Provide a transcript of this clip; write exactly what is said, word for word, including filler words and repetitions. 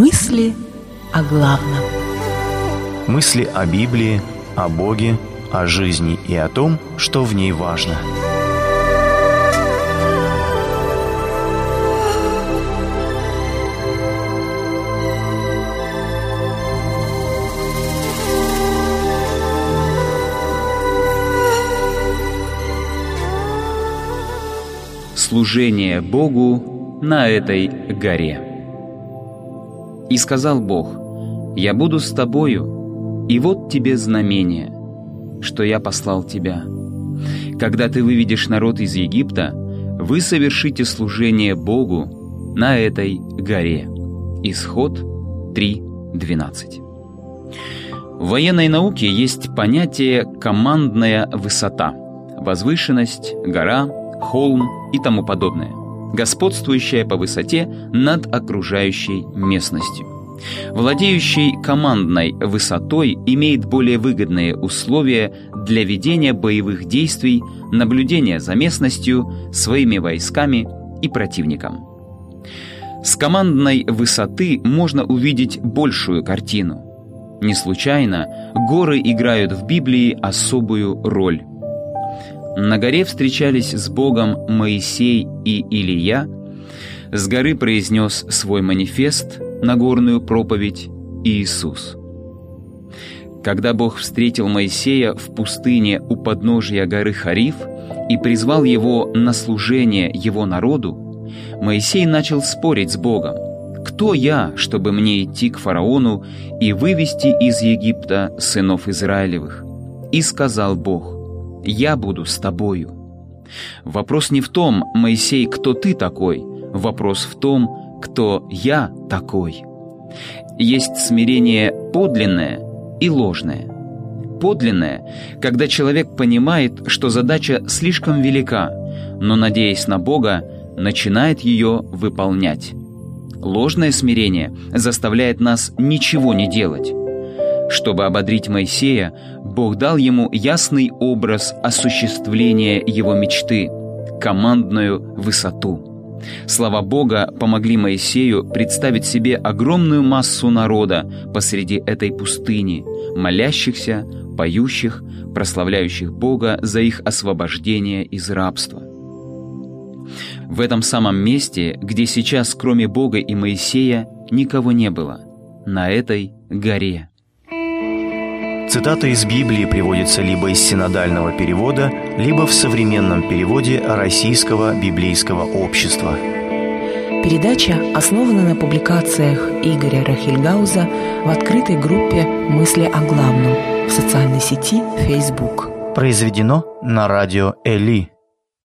Мысли о главном. Мысли о Библии, о Боге, о жизни и о том, что в ней важно. Служение Богу на этой горе. И сказал Бог: «Я буду с тобою, и вот тебе знамение, что я послал тебя. Когда ты выведешь народ из Египта, вы совершите служение Богу на этой горе». Исход три двенадцать. В военной науке есть понятие «командная высота», возвышенность, гора, холм и тому подобное, господствующая по высоте над окружающей местностью. Владеющий командной высотой имеет более выгодные условия для ведения боевых действий, наблюдения за местностью, своими войсками и противником. С командной высоты можно увидеть большую картину. Не случайно горы играют в Библии особую роль. На горе встречались с Богом Моисей и Илия. С горы произнес свой манифест, Нагорную проповедь, Иисус. Когда Бог встретил Моисея в пустыне у подножия горы Хариф и призвал его на служение его народу, Моисей начал спорить с Богом: «Кто я, чтобы мне идти к фараону и вывести из Египта сынов Израилевых?» И сказал Бог: «Я буду с тобою». Вопрос не в том, Моисей, кто ты такой, вопрос в том, кто я такой. Есть смирение подлинное и ложное. Подлинное, когда человек понимает, что задача слишком велика, но, надеясь на Бога, начинает ее выполнять. Ложное смирение заставляет нас ничего не делать. Чтобы ободрить Моисея, Бог дал ему ясный образ осуществления его мечты – командную высоту. Слова Бога помогли Моисею представить себе огромную массу народа посреди этой пустыни, молящихся, поющих, прославляющих Бога за их освобождение из рабства. В этом самом месте, где сейчас кроме Бога и Моисея никого не было, на этой горе. Цитата из Библии приводится либо из синодального перевода, либо в современном переводе Российского библейского общества. Передача основана на публикациях Игоря Рахильгауза в открытой группе «Мысли о главном» в социальной сети Facebook. Произведено на радио Эли.